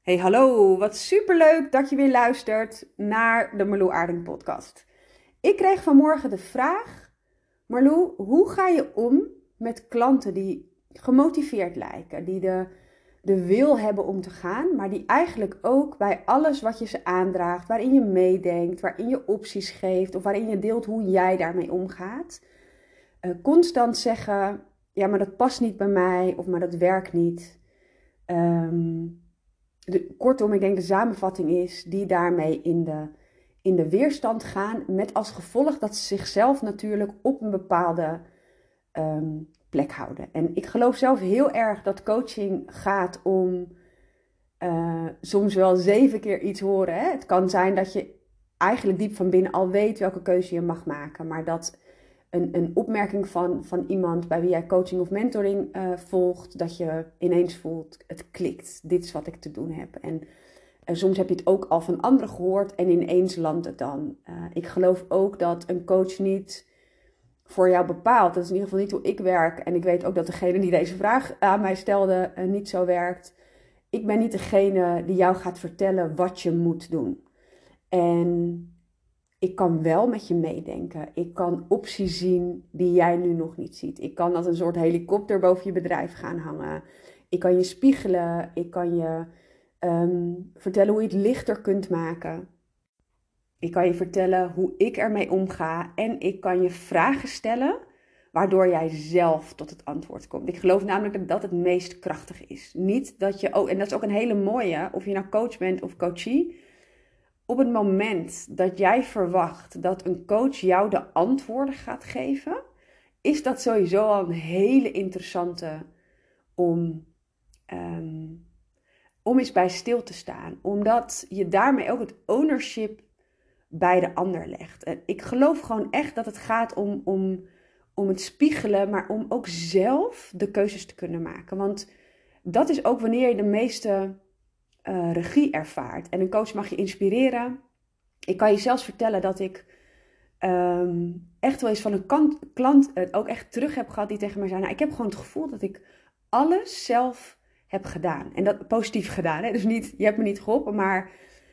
Hey, hallo, wat superleuk dat je weer luistert naar de Marlou Aarding podcast. Ik kreeg vanmorgen de vraag: Marlou, hoe ga je om met klanten die gemotiveerd lijken, die de wil hebben om te gaan, maar die eigenlijk ook bij alles wat je ze aandraagt, waarin je meedenkt, waarin je opties geeft of waarin je deelt hoe jij daarmee omgaat, constant zeggen, ja, maar dat past niet bij mij of maar dat werkt niet. Kortom, ik denk de samenvatting is die daarmee in de weerstand gaan. Met als gevolg dat ze zichzelf natuurlijk op een bepaalde plek houden. En ik geloof zelf heel erg dat coaching gaat om soms wel 7 keer iets horen. Hè? Het kan zijn dat je eigenlijk diep van binnen al weet welke keuze je mag maken. Maar dat een opmerking van iemand bij wie jij coaching of mentoring volgt, dat je ineens voelt, het klikt, dit is wat ik te doen heb. En soms heb je het ook al van anderen gehoord en ineens landt het dan. Ik geloof ook dat een coach niet voor jou bepaalt. Dat is in ieder geval niet hoe ik werk. En ik weet ook dat degene die deze vraag aan mij stelde niet zo werkt. Ik ben niet degene die jou gaat vertellen wat je moet doen. En ik kan wel met je meedenken. Ik kan opties zien die jij nu nog niet ziet. Ik kan als een soort helikopter boven je bedrijf gaan hangen. Ik kan je spiegelen. Ik kan je vertellen hoe je het lichter kunt maken. Ik kan je vertellen hoe ik ermee omga. En ik kan je vragen stellen waardoor jij zelf tot het antwoord komt. Ik geloof namelijk dat dat het meest krachtig is. Niet dat je... Oh, en dat is ook een hele mooie, of je nou coach bent of coachie. Op het moment dat jij verwacht dat een coach jou de antwoorden gaat geven, is dat sowieso al een hele interessante om, om eens bij stil te staan. Omdat je daarmee ook het ownership bij de ander legt. En ik geloof gewoon echt dat het gaat om het spiegelen, maar om ook zelf de keuzes te kunnen maken. Want dat is ook wanneer je de meeste regie ervaart. En een coach mag je inspireren. Ik kan je zelfs vertellen dat ik echt wel eens van een klant het ook echt terug heb gehad die tegen mij zei, nou, ik heb gewoon het gevoel dat ik alles zelf heb gedaan. En dat positief gedaan. Hè? Dus niet, je hebt me niet geholpen, maar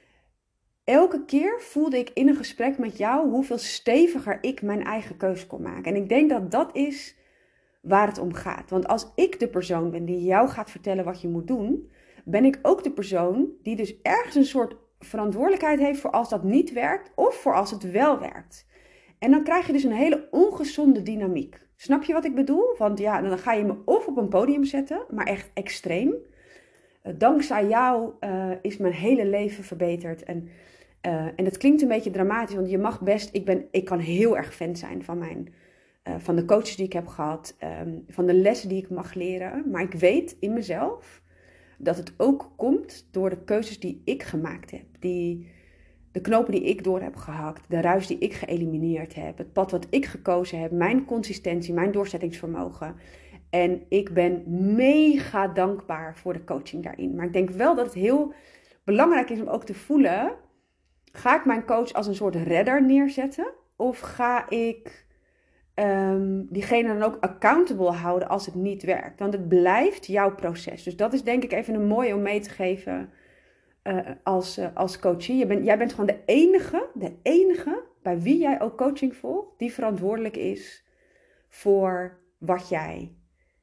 elke keer voelde ik in een gesprek met jou hoeveel steviger ik mijn eigen keuze kon maken. En ik denk dat dat is waar het om gaat. Want als ik de persoon ben die jou gaat vertellen wat je moet doen, ben ik ook de persoon die dus ergens een soort verantwoordelijkheid heeft voor als dat niet werkt of voor als het wel werkt. En dan krijg je dus een hele ongezonde dynamiek. Snap je wat ik bedoel? Want ja, dan ga je me of op een podium zetten, maar echt extreem. Dankzij jou is mijn hele leven verbeterd. En dat klinkt een beetje dramatisch, want je mag best... Ik kan heel erg fan zijn van de coaches die ik heb gehad, van de lessen die ik mag leren. Maar ik weet in mezelf dat het ook komt door de keuzes die ik gemaakt heb. De knopen die ik door heb gehakt, de ruis die ik geëlimineerd heb, het pad wat ik gekozen heb, mijn consistentie, mijn doorzettingsvermogen. En ik ben mega dankbaar voor de coaching daarin. Maar ik denk wel dat het heel belangrijk is om ook te voelen, ga ik mijn coach als een soort redder neerzetten? Of ga ik diegene dan ook accountable houden als het niet werkt? Want het blijft jouw proces. Dus dat is denk ik even een mooie om mee te geven als coachie. Jij bent gewoon de enige bij wie jij ook coaching volgt, die verantwoordelijk is voor wat jij,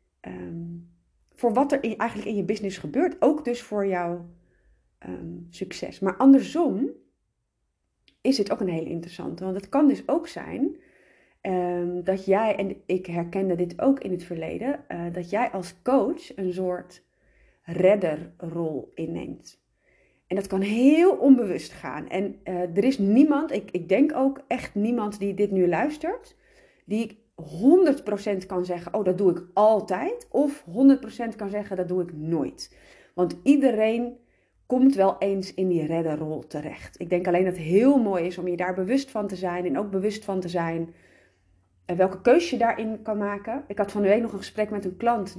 voor wat er eigenlijk in je business gebeurt. Ook dus voor jouw succes. Maar andersom is dit ook een hele interessante. Want het kan dus ook zijn dat jij, en ik herkende dit ook in het verleden, dat jij als coach een soort redderrol inneemt. En dat kan heel onbewust gaan. En er is niemand, ik denk ook echt niemand die dit nu luistert, die 100% kan zeggen, oh, dat doe ik altijd. Of 100% kan zeggen, dat doe ik nooit. Want iedereen komt wel eens in die redderrol terecht. Ik denk alleen dat het heel mooi is om je daar bewust van te zijn. En ook bewust van te zijn welke keuze je daarin kan maken. Ik had van de week nog een gesprek met een klant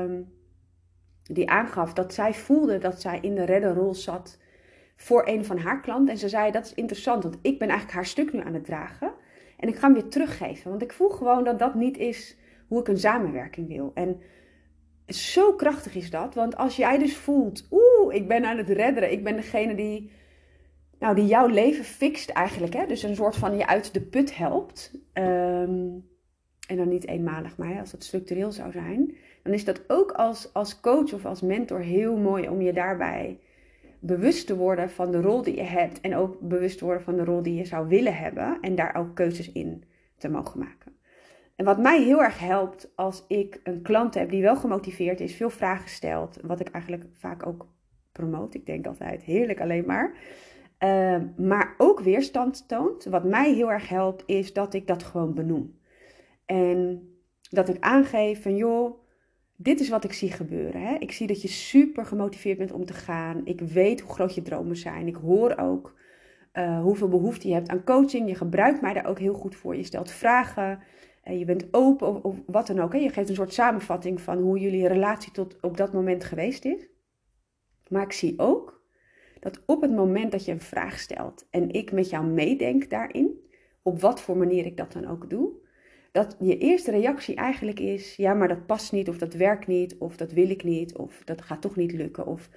die aangaf dat zij voelde dat zij in de redderrol zat voor een van haar klanten. En ze zei, dat is interessant, want ik ben eigenlijk haar stuk nu aan het dragen. En ik ga hem weer teruggeven. Want ik voel gewoon dat dat niet is hoe ik een samenwerking wil. En Zo krachtig is dat. Want als jij dus voelt, ik ben aan het redderen. Ik ben degene die jouw leven fixt eigenlijk. Hè? Dus een soort van je uit de put helpt. En dan niet eenmalig, maar als het structureel zou zijn. Dan is dat ook als coach of als mentor heel mooi om je daarbij bewust te worden van de rol die je hebt. En ook bewust te worden van de rol die je zou willen hebben. En daar ook keuzes in te mogen maken. En wat mij heel erg helpt als ik een klant heb die wel gemotiveerd is, veel vragen stelt. Wat ik eigenlijk vaak ook promote. Ik denk altijd heerlijk alleen maar. Maar ook weerstand toont. Wat mij heel erg helpt is dat ik dat gewoon benoem. En dat ik aangeef van joh, dit is wat ik zie gebeuren. Hè? Ik zie dat je super gemotiveerd bent om te gaan. Ik weet hoe groot je dromen zijn. Ik hoor ook hoeveel behoefte je hebt aan coaching. Je gebruikt mij daar ook heel goed voor. Je stelt vragen. Je bent open of wat dan ook. Hè? Je geeft een soort samenvatting van hoe jullie relatie tot op dat moment geweest is. Maar ik zie ook dat op het moment dat je een vraag stelt en ik met jou meedenk daarin, op wat voor manier ik dat dan ook doe, dat je eerste reactie eigenlijk is, ja, maar dat past niet, of dat werkt niet, of dat wil ik niet, of dat gaat toch niet lukken, of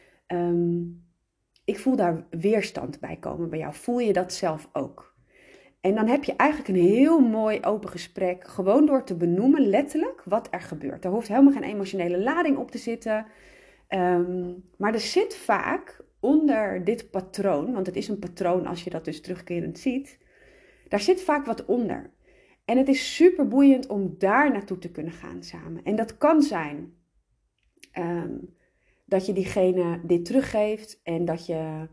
ik voel daar weerstand bij komen bij jou. Voel je dat zelf ook? En dan heb je eigenlijk een heel mooi open gesprek, gewoon door te benoemen letterlijk wat er gebeurt. Er hoeft helemaal geen emotionele lading op te zitten, maar er zit vaak onder dit patroon, want het is een patroon als je dat dus terugkerend ziet, daar zit vaak wat onder. En het is super boeiend om daar naartoe te kunnen gaan samen. En dat kan zijn dat je diegene dit teruggeeft en dat je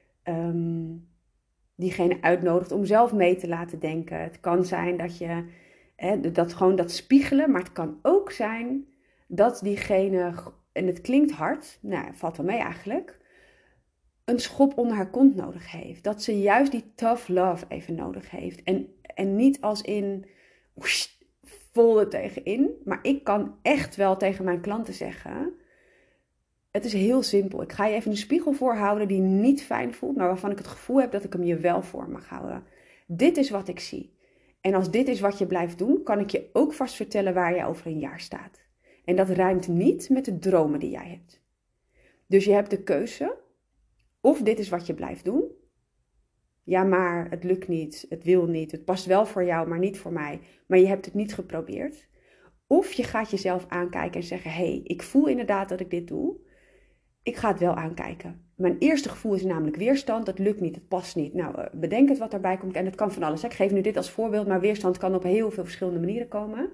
diegene uitnodigt om zelf mee te laten denken. Het kan zijn dat je dat spiegelen, maar het kan ook zijn dat diegene, en het klinkt hard, nou valt wel mee eigenlijk, een schop onder haar kont nodig heeft. Dat ze juist die tough love even nodig heeft. En niet als in vol er tegenin. Maar ik kan echt wel tegen mijn klanten zeggen, het is heel simpel. Ik ga je even een spiegel voorhouden die niet fijn voelt, maar waarvan ik het gevoel heb dat ik hem je wel voor mag houden. Dit is wat ik zie. En als dit is wat je blijft doen, kan ik je ook vast vertellen waar je over een jaar staat. En dat rijmt niet met de dromen die jij hebt. Dus je hebt de keuze, of dit is wat je blijft doen. Ja, maar het lukt niet, het wil niet, het past wel voor jou, maar niet voor mij. Maar je hebt het niet geprobeerd. Of je gaat jezelf aankijken en zeggen, hé, ik voel inderdaad dat ik dit doe. Ik ga het wel aankijken. Mijn eerste gevoel is namelijk weerstand. Dat lukt niet, het past niet. Nou, bedenk het wat daarbij komt. En het kan van alles. Ik geef nu dit als voorbeeld, maar weerstand kan op heel veel verschillende manieren komen.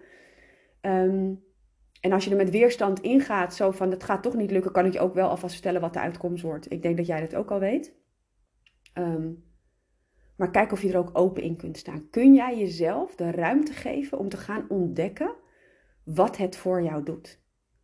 En als je er met weerstand ingaat, zo van het gaat toch niet lukken, kan ik je ook wel alvast vertellen wat de uitkomst wordt. Ik denk dat jij dat ook al weet. Maar kijk of je er ook open in kunt staan. Kun jij jezelf de ruimte geven om te gaan ontdekken wat het voor jou doet?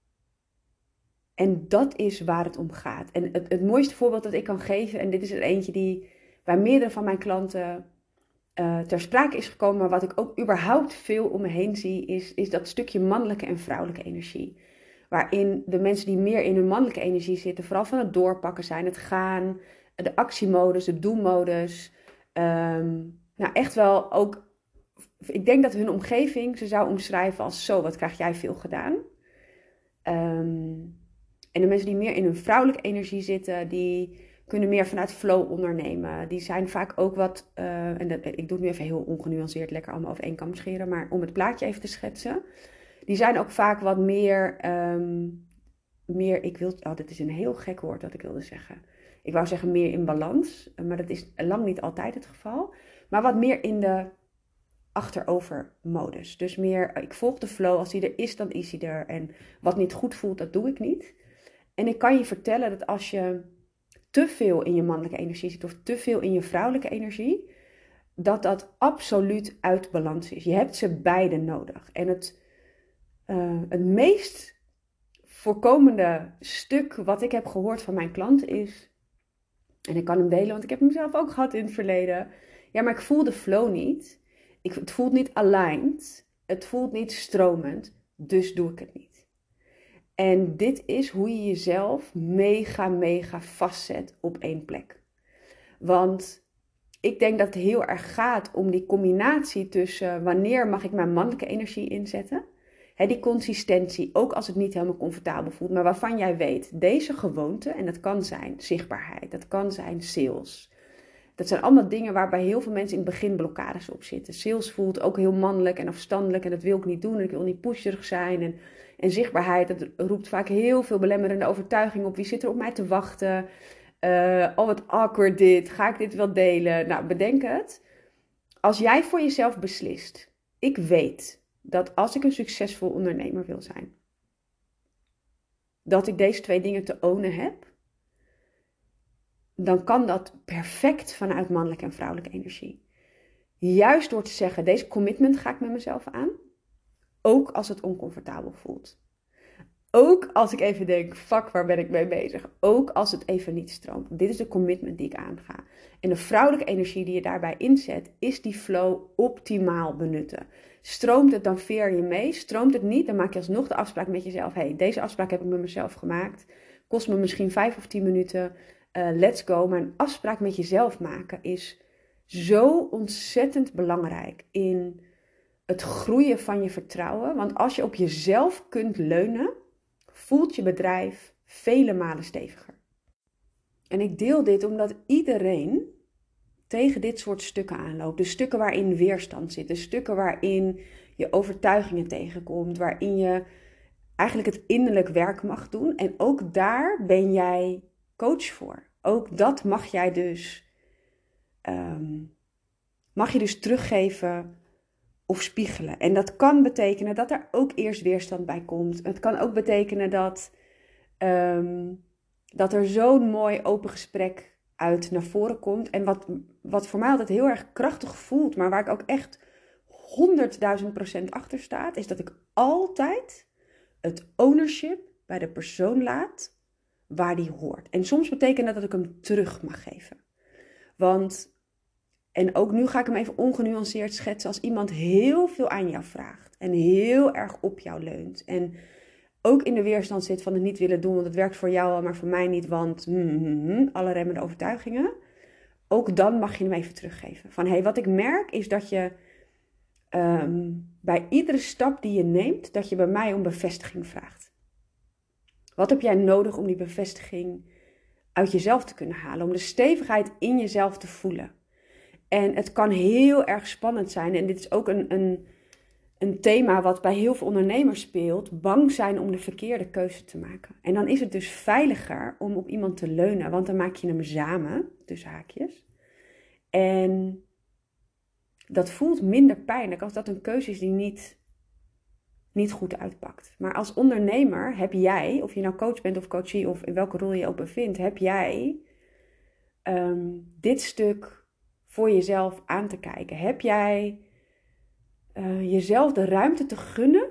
En dat is waar het om gaat. En het mooiste voorbeeld dat ik kan geven, en dit is er eentje die bij meerdere van mijn klanten ter sprake is gekomen, maar wat ik ook überhaupt veel om me heen zie, is dat stukje mannelijke en vrouwelijke energie. Waarin de mensen die meer in hun mannelijke energie zitten, vooral van het doorpakken zijn, het gaan, de actiemodus, de doelmodus. Nou, echt wel ook, ik denk dat hun omgeving ze zou omschrijven als zo, wat krijg jij veel gedaan? En de mensen die meer in hun vrouwelijke energie zitten, die kunnen meer vanuit flow ondernemen. Die zijn vaak ook wat, ik doe het nu even heel ongenuanceerd, lekker allemaal over één kam scheren, maar om het plaatje even te schetsen. Die zijn ook vaak wat meer, dit is een heel gek woord wat ik wilde zeggen. Ik wou zeggen meer in balans, maar dat is lang niet altijd het geval. Maar wat meer in de achterover-modus. Dus meer, ik volg de flow, als die er is, dan is die er. En wat niet goed voelt, dat doe ik niet. En ik kan je vertellen dat als je te veel in je mannelijke energie zit of te veel in je vrouwelijke energie, dat absoluut uit balans is. Je hebt ze beide nodig. En het meest voorkomende stuk wat ik heb gehoord van mijn klanten is, en ik kan hem delen, want ik heb hem zelf ook gehad in het verleden. Ja, maar ik voel de flow niet. Het voelt niet aligned. Het voelt niet stromend. Dus doe ik het niet. En dit is hoe je jezelf mega vastzet op één plek. Want ik denk dat het heel erg gaat om die combinatie tussen wanneer mag ik mijn mannelijke energie inzetten. Die consistentie, ook als het niet helemaal comfortabel voelt, maar waarvan jij weet, deze gewoonte, en dat kan zijn zichtbaarheid, dat kan zijn sales. Dat zijn allemaal dingen waar bij heel veel mensen in het begin blokkades op zitten. Sales voelt ook heel mannelijk en afstandelijk en dat wil ik niet doen en ik wil niet pusherig zijn. En zichtbaarheid, dat roept vaak heel veel belemmerende overtuiging op. Wie zit er op mij te wachten? Oh, wat awkward dit. Ga ik dit wel delen? Nou, bedenk het. Als jij voor jezelf beslist, ik weet dat als ik een succesvol ondernemer wil zijn, dat ik deze 2 dingen te ownen heb, dan kan dat perfect vanuit mannelijke en vrouwelijke energie. Juist door te zeggen, deze commitment ga ik met mezelf aan, ook als het oncomfortabel voelt. Ook als ik even denk, fuck, waar ben ik mee bezig? Ook als het even niet stroomt. Dit is de commitment die ik aanga. En de vrouwelijke energie die je daarbij inzet, is die flow optimaal benutten. Stroomt het, dan veer je mee. Stroomt het niet, dan maak je alsnog de afspraak met jezelf. Deze afspraak heb ik met mezelf gemaakt. Kost me misschien 5 of 10 minuten. Let's go. Maar een afspraak met jezelf maken is zo ontzettend belangrijk in het groeien van je vertrouwen. Want als je op jezelf kunt leunen, voelt je bedrijf vele malen steviger. En ik deel dit omdat iedereen tegen dit soort stukken aanloopt. De stukken waarin weerstand zit. De stukken waarin je overtuigingen tegenkomt. Waarin je eigenlijk het innerlijk werk mag doen. En ook daar ben jij coach voor. Ook dat mag jij dus, teruggeven of spiegelen. En dat kan betekenen dat er ook eerst weerstand bij komt. Het kan ook betekenen dat er zo'n mooi open gesprek uit naar voren komt. En wat voor mij altijd heel erg krachtig voelt, maar waar ik ook echt 100.000% achter sta, is dat ik altijd het ownership bij de persoon laat waar die hoort. En soms betekent dat ik hem terug mag geven. En ook nu ga ik hem even ongenuanceerd schetsen. Als iemand heel veel aan jou vraagt en heel erg op jou leunt en ook in de weerstand zit van het niet willen doen, want het werkt voor jou al, maar voor mij niet, want alle remmende overtuigingen. Ook dan mag je hem even teruggeven. Van wat ik merk is dat je bij iedere stap die je neemt, dat je bij mij om bevestiging vraagt. Wat heb jij nodig om die bevestiging uit jezelf te kunnen halen? Om de stevigheid in jezelf te voelen. En het kan heel erg spannend zijn. En dit is ook een thema wat bij heel veel ondernemers speelt. Bang zijn om de verkeerde keuze te maken. En dan is het dus veiliger om op iemand te leunen. Want dan maak je hem samen, tussen haakjes. En dat voelt minder pijnlijk als dat een keuze is die niet goed uitpakt. Maar als ondernemer heb jij, of je nou coach bent of coachie of in welke rol je je ook bevindt, heb jij dit stuk voor jezelf aan te kijken. Heb jij jezelf de ruimte te gunnen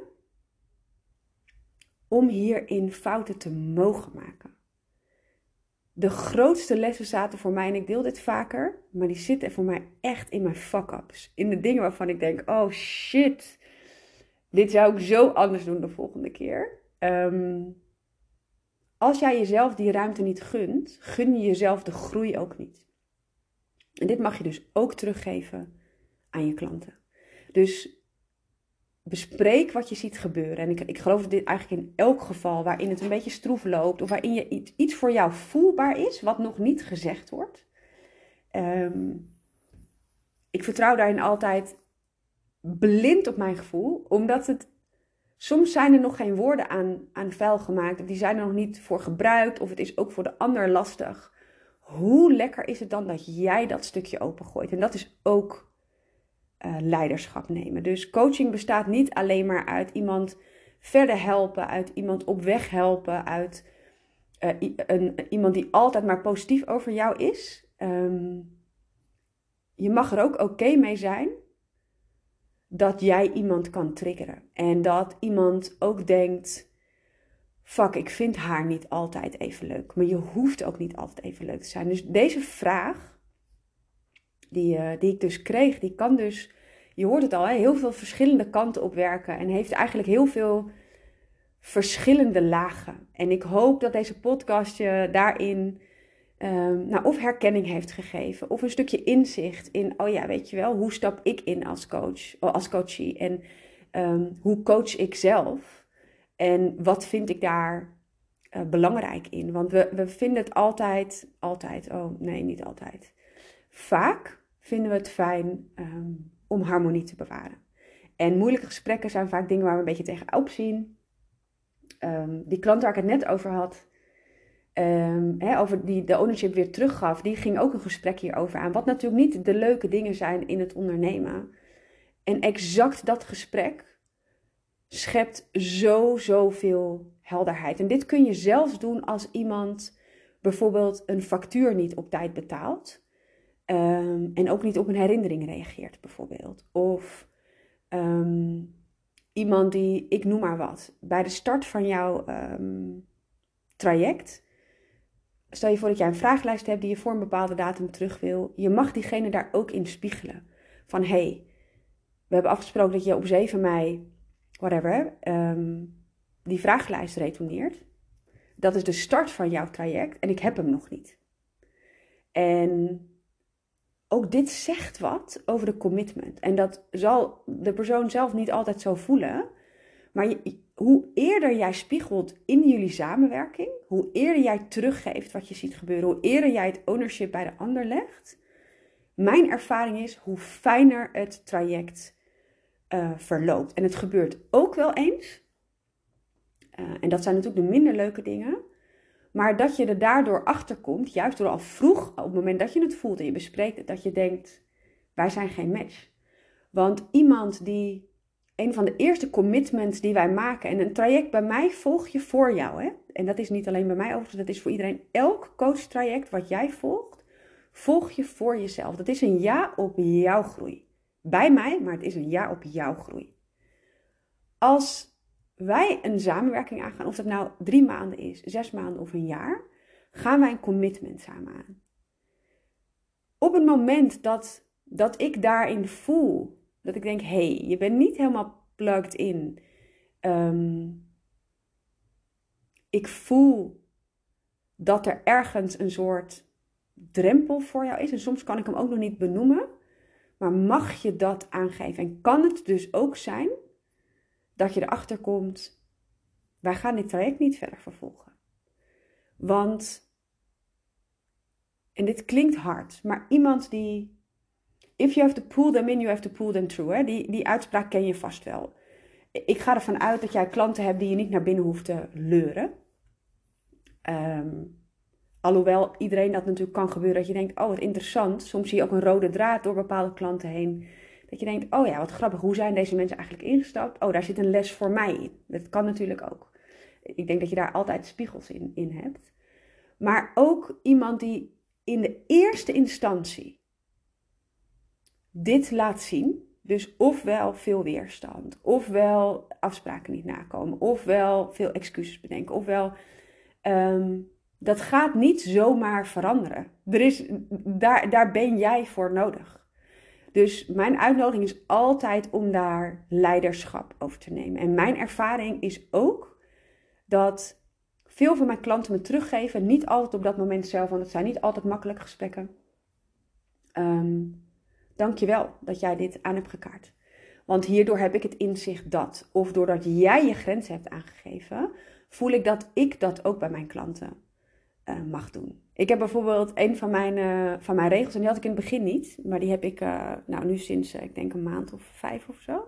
om hierin fouten te mogen maken? De grootste lessen zaten voor mij, en ik deel dit vaker, maar die zitten voor mij echt in mijn fuck-ups. In de dingen waarvan ik denk, oh shit, dit zou ik zo anders doen de volgende keer. Als jij jezelf die ruimte niet gunt, gun je jezelf de groei ook niet. En dit mag je dus ook teruggeven aan je klanten. Dus bespreek wat je ziet gebeuren. En ik geloof dat dit eigenlijk in elk geval waarin het een beetje stroef loopt, of waarin je iets voor jou voelbaar is, wat nog niet gezegd wordt. Ik vertrouw daarin altijd blind op mijn gevoel, omdat soms zijn er nog geen woorden aan vuil gemaakt, of die zijn er nog niet voor gebruikt, of het is ook voor de ander lastig. Hoe lekker is het dan dat jij dat stukje opengooit? En dat is ook leiderschap nemen. Dus coaching bestaat niet alleen maar uit iemand verder helpen, uit iemand op weg helpen, uit iemand die altijd maar positief over jou is. Je mag er ook oké mee zijn dat jij iemand kan triggeren. En dat iemand ook denkt, fuck, ik vind haar niet altijd even leuk. Maar je hoeft ook niet altijd even leuk te zijn. Dus deze vraag die ik dus kreeg, die kan dus, je hoort het al, heel veel verschillende kanten op werken. En heeft eigenlijk heel veel verschillende lagen. En ik hoop dat deze podcast je daarin of herkenning heeft gegeven. Of een stukje inzicht in, oh ja, weet je wel, hoe stap ik in als coach, als coachie. En Hoe coach ik zelf? En wat vind ik daar belangrijk in? Want we vinden het altijd, oh nee, niet altijd. Vaak vinden we het fijn om harmonie te bewaren. En moeilijke gesprekken zijn vaak dingen waar we een beetje tegenop zien. Die klant waar ik het net over had, over die de ownership weer teruggaf, die ging ook een gesprek hierover aan. Wat natuurlijk niet de leuke dingen zijn in het ondernemen. En exact dat gesprek schept zoveel helderheid. En dit kun je zelfs doen als iemand bijvoorbeeld een factuur niet op tijd betaalt. En ook niet op een herinnering reageert bijvoorbeeld. Of iemand die, ik noem maar wat, bij de start van jouw traject, stel je voor dat jij een vragenlijst hebt die je voor een bepaalde datum terug wil. Je mag diegene daar ook in spiegelen. Van hey, we hebben afgesproken dat je op 7 mei, whatever, die vragenlijst retourneert. Dat is de start van jouw traject en ik heb hem nog niet. En ook dit zegt wat over de commitment. En dat zal de persoon zelf niet altijd zo voelen. Maar hoe eerder jij spiegelt in jullie samenwerking, hoe eerder jij teruggeeft wat je ziet gebeuren, hoe eerder jij het ownership bij de ander legt, mijn ervaring is hoe fijner het traject verloopt. En het gebeurt ook wel eens, en dat zijn natuurlijk de minder leuke dingen, maar dat je er daardoor achter komt, juist door al vroeg, op het moment dat je het voelt en je bespreekt het, dat je denkt, wij zijn geen match. Want iemand die, een van de eerste commitments die wij maken, en een traject bij mij volg je voor jou, hè? En dat is niet alleen bij mij overigens, dat is voor iedereen. Elk coachtraject wat jij volgt, volg je voor jezelf. Dat is een ja op jouw groei. Bij mij, maar het is een ja op jouw groei. Als wij een samenwerking aangaan, of dat nou 3 maanden is, 6 maanden of een jaar, gaan wij een commitment samen aan. Op het moment dat ik daarin voel, dat ik denk, hey, je bent niet helemaal plugged in. Ik voel dat er ergens een soort drempel voor jou is. En soms kan ik hem ook nog niet benoemen. Maar mag je dat aangeven? En kan het dus ook zijn dat je erachter komt, wij gaan dit traject niet verder vervolgen. Want, en dit klinkt hard, maar iemand die, if you have to pull them in, you have to pull them through. Hè? Die uitspraak ken je vast wel. Ik ga ervan uit dat jij klanten hebt die je niet naar binnen hoeft te leuren. Alhoewel iedereen dat natuurlijk kan gebeuren, dat je denkt, oh wat interessant. Soms zie je ook een rode draad door bepaalde klanten heen. Dat je denkt, oh ja, wat grappig, hoe zijn deze mensen eigenlijk ingestapt? Oh, daar zit een les voor mij in. Dat kan natuurlijk ook. Ik denk dat je daar altijd spiegels in hebt. Maar ook iemand die in de eerste instantie dit laat zien. Dus ofwel veel weerstand, ofwel afspraken niet nakomen, ofwel veel excuses bedenken, ofwel dat gaat niet zomaar veranderen. Daar ben jij voor nodig. Dus mijn uitnodiging is altijd om daar leiderschap over te nemen. En mijn ervaring is ook dat veel van mijn klanten me teruggeven, niet altijd op dat moment zelf, want het zijn niet altijd makkelijke gesprekken. Dankjewel dat jij dit aan hebt gekaart. Want hierdoor heb ik het inzicht dat, of doordat jij je grenzen hebt aangegeven, voel ik dat ook bij mijn klanten mag doen. Ik heb bijvoorbeeld een van mijn regels, en die had ik in het begin niet, maar die heb ik nu sinds, ik denk een maand of 5 of zo.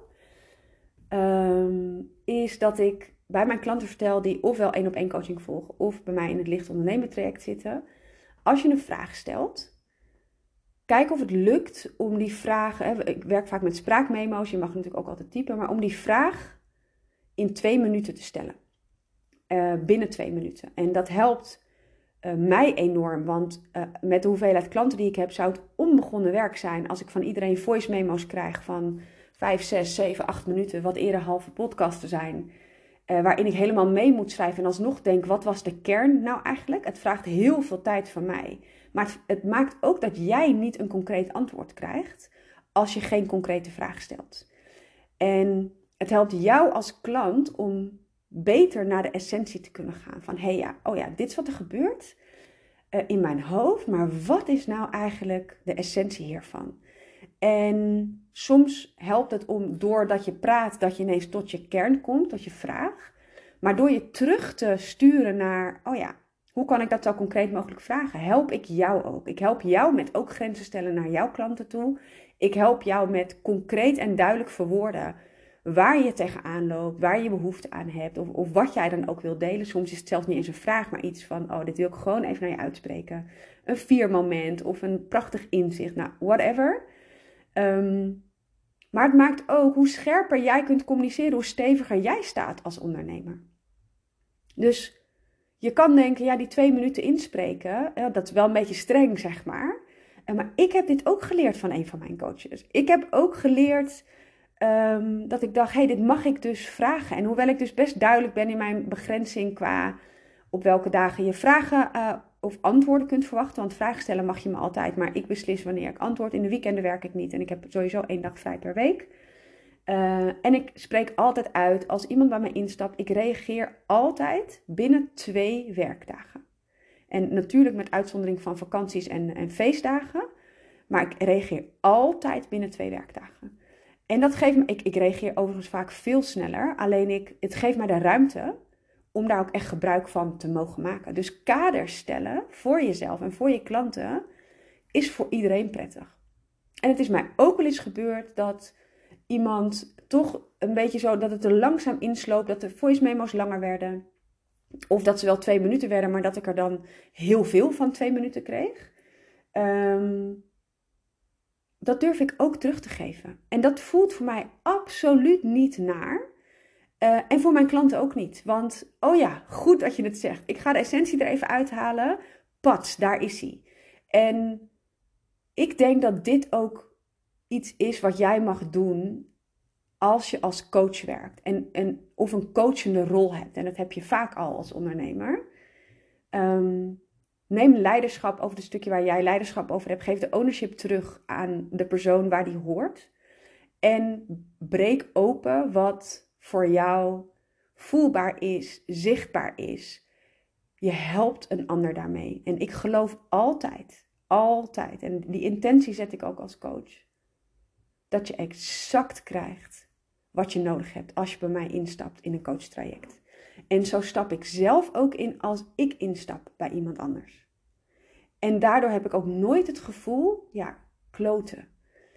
Is dat ik bij mijn klanten vertel die ofwel 1-op-1 coaching volgen, of bij mij in het licht ondernemen traject zitten. Als je een vraag stelt, kijk of het lukt om die vragen, ik werk vaak met spraakmemo's, je mag natuurlijk ook altijd typen, maar om die vraag in 2 minuten te stellen. Binnen 2 minuten. En dat helpt mij enorm, want met de hoeveelheid klanten die ik heb, zou het onbegonnen werk zijn als ik van iedereen voice memo's krijg van 5, 6, 7, 8 minuten, wat eerder halve podcasten zijn, waarin ik helemaal mee moet schrijven en alsnog denk, wat was de kern nou eigenlijk? Het vraagt heel veel tijd van mij. Maar het maakt ook dat jij niet een concreet antwoord krijgt als je geen concrete vraag stelt. En het helpt jou als klant om beter naar de essentie te kunnen gaan. Van, dit is wat er gebeurt in mijn hoofd, maar wat is nou eigenlijk de essentie hiervan? En soms helpt het om, doordat je praat, dat je ineens tot je kern komt, tot je vraag. Maar door je terug te sturen naar, oh ja, hoe kan ik dat zo concreet mogelijk vragen? Help ik jou ook. Ik help jou met ook grenzen stellen naar jouw klanten toe. Ik help jou met concreet en duidelijk verwoorden waar je tegenaan loopt, waar je behoefte aan hebt. Of wat jij dan ook wil delen. Soms is het zelfs niet eens een vraag, maar iets van, oh, dit wil ik gewoon even naar je uitspreken. Een 4-moment of een prachtig inzicht, nou, whatever. Maar het maakt ook hoe scherper jij kunt communiceren, hoe steviger jij staat als ondernemer. Dus je kan denken, ja, die 2 minuten inspreken, dat is wel een beetje streng, zeg maar. Maar ik heb dit ook geleerd van een van mijn coaches. Ik heb ook geleerd dat ik dacht, hey, dit mag ik dus vragen. En hoewel ik dus best duidelijk ben in mijn begrenzing qua op welke dagen je vragen of antwoorden kunt verwachten. Want vragen stellen mag je me altijd, maar ik beslis wanneer ik antwoord. In de weekenden werk ik niet en ik heb sowieso 1 dag vrij per week. En ik spreek altijd uit, als iemand bij mij instapt, ik reageer altijd binnen 2 werkdagen. En natuurlijk met uitzondering van vakanties en feestdagen. Maar ik reageer altijd binnen 2 werkdagen. En dat geeft me, ik reageer overigens vaak veel sneller. Alleen het geeft mij de ruimte om daar ook echt gebruik van te mogen maken. Dus kaders stellen voor jezelf en voor je klanten is voor iedereen prettig. En het is mij ook wel eens gebeurd dat iemand toch een beetje zo, dat het er langzaam insloop, dat de voice memo's langer werden. Of dat ze wel 2 minuten werden, maar dat ik er dan heel veel van 2 minuten kreeg. Dat durf ik ook terug te geven. En dat voelt voor mij absoluut niet naar. En voor mijn klanten ook niet. Want, oh ja, goed dat je het zegt. Ik ga de essentie er even uithalen. Pats, daar is hij. En ik denk dat dit ook iets is wat jij mag doen als je als coach werkt. Of een coachende rol hebt. En dat heb je vaak al als ondernemer. Neem leiderschap over het stukje waar jij leiderschap over hebt. Geef de ownership terug aan de persoon waar die hoort. En breek open wat voor jou voelbaar is, zichtbaar is. Je helpt een ander daarmee. En ik geloof altijd, en die intentie zet ik ook als coach, dat je exact krijgt wat je nodig hebt als je bij mij instapt in een coachtraject. En zo stap ik zelf ook in als ik instap bij iemand anders. En daardoor heb ik ook nooit het gevoel, ja, kloten.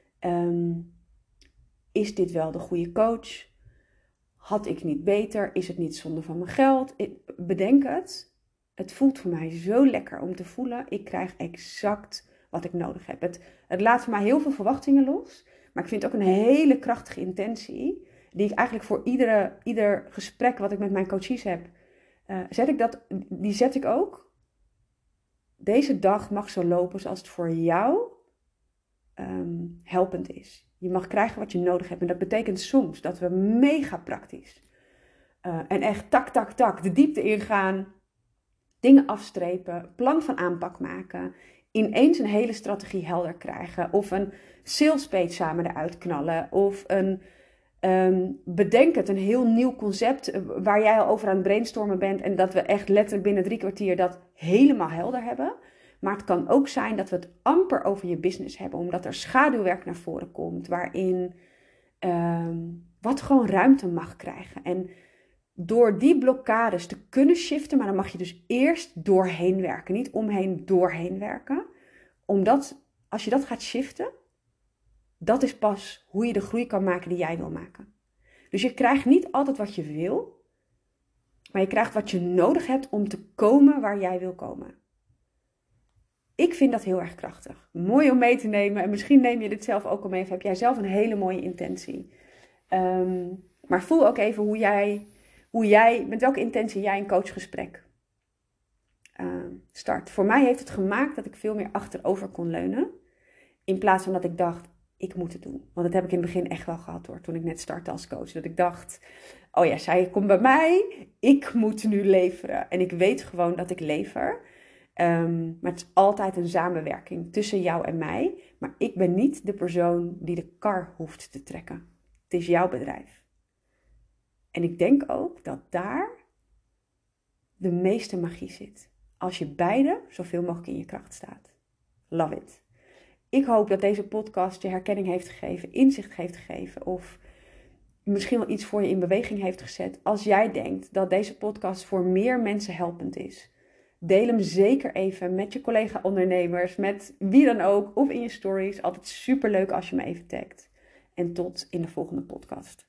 Is dit wel de goede coach? Had ik niet beter? Is het niet zonde van mijn geld? Bedenk het. Het voelt voor mij zo lekker om te voelen. Ik krijg exact wat ik nodig heb. Het laat voor mij heel veel verwachtingen los. Maar ik vind het ook een hele krachtige intentie. Die ik eigenlijk voor ieder gesprek wat ik met mijn coaches heb. Die zet ik ook. Deze dag mag zo lopen zoals het voor jou helpend is. Je mag krijgen wat je nodig hebt. En dat betekent soms dat we mega praktisch en echt tak, de diepte ingaan. Dingen afstrepen, plan van aanpak maken. Ineens een hele strategie helder krijgen. Of een sales page samen eruit knallen. Of bedenk het, een heel nieuw concept waar jij al over aan het brainstormen bent. En dat we echt letterlijk binnen 3 kwartier dat helemaal helder hebben. Maar het kan ook zijn dat we het amper over je business hebben. Omdat er schaduwwerk naar voren komt. Waarin wat gewoon ruimte mag krijgen. En door die blokkades te kunnen shiften. Maar dan mag je dus eerst doorheen werken. Niet omheen, doorheen werken. Omdat als je dat gaat shiften. Dat is pas hoe je de groei kan maken die jij wil maken. Dus je krijgt niet altijd wat je wil. Maar je krijgt wat je nodig hebt om te komen waar jij wil komen. Ik vind dat heel erg krachtig. Mooi om mee te nemen. En misschien neem je dit zelf ook al mee. Of heb jij zelf een hele mooie intentie. Maar voel ook even met welke intentie jij een coachgesprek start. Voor mij heeft het gemaakt dat ik veel meer achterover kon leunen. In plaats van dat ik dacht, ik moet het doen. Want dat heb ik in het begin echt wel gehad hoor. Toen ik net startte als coach. Dat ik dacht, oh ja, zij komt bij mij. Ik moet nu leveren. En ik weet gewoon dat ik lever. Maar het is altijd een samenwerking tussen jou en mij. Maar ik ben niet de persoon die de kar hoeft te trekken. Het is jouw bedrijf. En ik denk ook dat daar de meeste magie zit. Als je beide zoveel mogelijk in je kracht staat. Love it. Ik hoop dat deze podcast je herkenning heeft gegeven, inzicht heeft gegeven of misschien wel iets voor je in beweging heeft gezet. Als jij denkt dat deze podcast voor meer mensen helpend is, deel hem zeker even met je collega-ondernemers, met wie dan ook, of in je stories. Altijd superleuk als je me even tagt. En tot in de volgende podcast.